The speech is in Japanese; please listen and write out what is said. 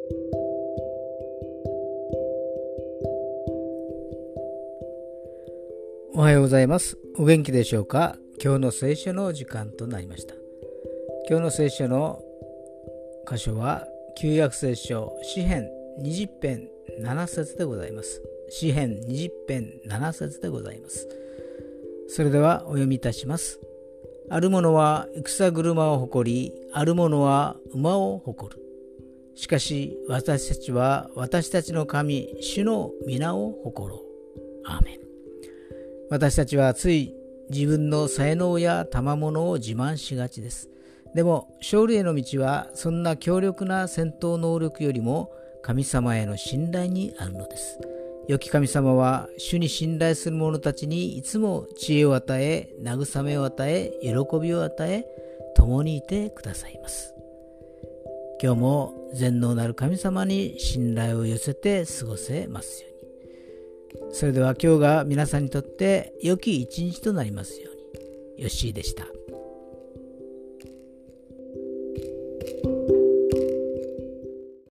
おはようございます。お元気でしょうか。今日の聖書の時間となりました。今日の聖書の箇所は旧約聖書詩編20編7節でございます。詩編20編7節でございます。それではお読みいたします。ある者は戦車を誇り、ある者は馬を誇る。しかし私たちは私たちの神主の皆を誇ろう。アーメン。私たちはつい自分の才能や賜物を自慢しがちです。でも勝利への道はそんな強力な戦闘能力よりも神様への信頼にあるのです。良き神様は主に信頼する者たちにいつも知恵を与え、慰めを与え、喜びを与え、共にいてくださいます。今日も全能なる神様に信頼を寄せて過ごせますように。それでは今日が皆さんにとって良き一日となりますように。よっしーでした。